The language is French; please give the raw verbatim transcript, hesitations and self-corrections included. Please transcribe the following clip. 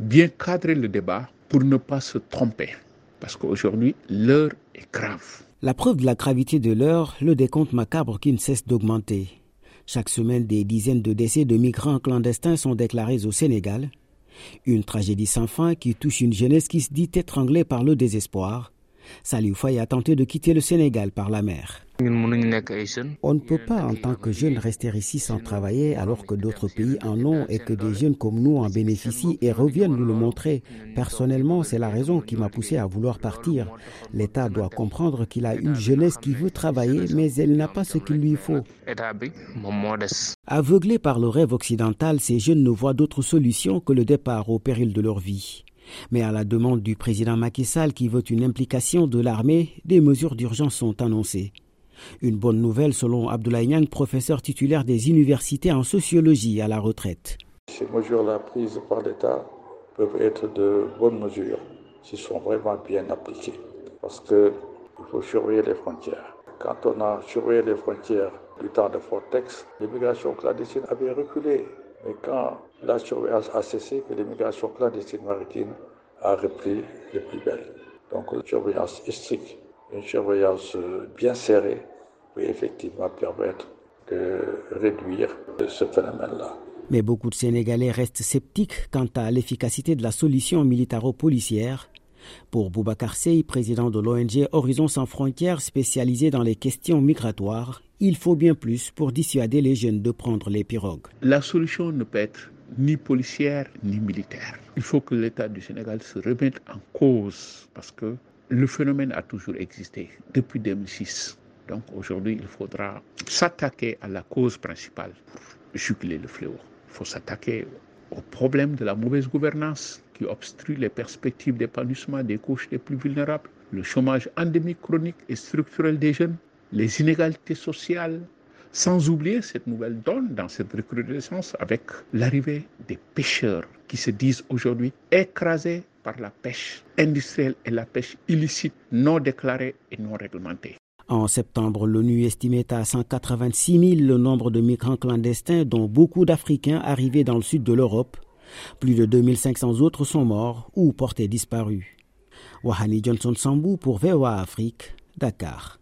bien cadrer le débat pour ne pas se tromper. Parce qu'aujourd'hui, l'heure est grave. La preuve de la gravité de l'heure, le décompte macabre qui ne cesse d'augmenter. Chaque semaine, des dizaines de décès de migrants clandestins sont déclarés au Sénégal. Une tragédie sans fin qui touche une jeunesse qui se dit étranglée par le désespoir. Salif Faye a tenté de quitter le Sénégal par la mer. On ne peut pas, en tant que jeune, rester ici sans travailler alors que d'autres pays en ont et que des jeunes comme nous en bénéficient et reviennent nous le montrer. Personnellement, c'est la raison qui m'a poussé à vouloir partir. L'État doit comprendre qu'il a une jeunesse qui veut travailler, mais elle n'a pas ce qu'il lui faut. Aveuglés par le rêve occidental, ces jeunes ne voient d'autre solution que le départ au péril de leur vie. Mais à la demande du président Macky Sall qui veut une implication de l'armée, des mesures d'urgence sont annoncées. Une bonne nouvelle selon Abdoulaye Niang, professeur titulaire des universités en sociologie à la retraite. Ces mesures-là prises par l'État peuvent être de bonnes mesures s'ils sont vraiment bien appliquées. Parce qu'il faut surveiller les frontières. Quand on a surveillé les frontières du temps de Frontex, l'immigration clandestine avait reculé. Mais quand la surveillance a cessé, que l'immigration clandestine maritime a repris les plus belles. Donc une surveillance stricte, une surveillance bien serrée peut effectivement permettre de réduire ce phénomène-là. Mais beaucoup de Sénégalais restent sceptiques quant à l'efficacité de la solution militaro-policière. Pour Boubacar Seye, président de l'O N G Horizon Sans Frontières spécialisé dans les questions migratoires, il faut bien plus pour dissuader les jeunes de prendre les pirogues. La solution ne peut être ni policière ni militaire. Il faut que l'État du Sénégal se remette en cause parce que le phénomène a toujours existé depuis deux mille six. Donc aujourd'hui, il faudra s'attaquer à la cause principale pour juguler le fléau. Il faut s'attaquer au problème de la mauvaise gouvernance qui obstrue les perspectives d'épanouissement des couches les plus vulnérables, le chômage endémique chronique et structurel des jeunes, les inégalités sociales, sans oublier cette nouvelle donne dans cette recrudescence avec l'arrivée des pêcheurs qui se disent aujourd'hui écrasés par la pêche industrielle et la pêche illicite non déclarée et non réglementée. En septembre, l'ONU estimait à cent quatre-vingt-six mille le nombre de migrants clandestins, dont beaucoup d'Africains arrivés dans le sud de l'Europe. Plus de deux mille cinq cents autres sont morts ou portés disparus. Wahani Johnson Sambou pour V O A Afrique, Dakar.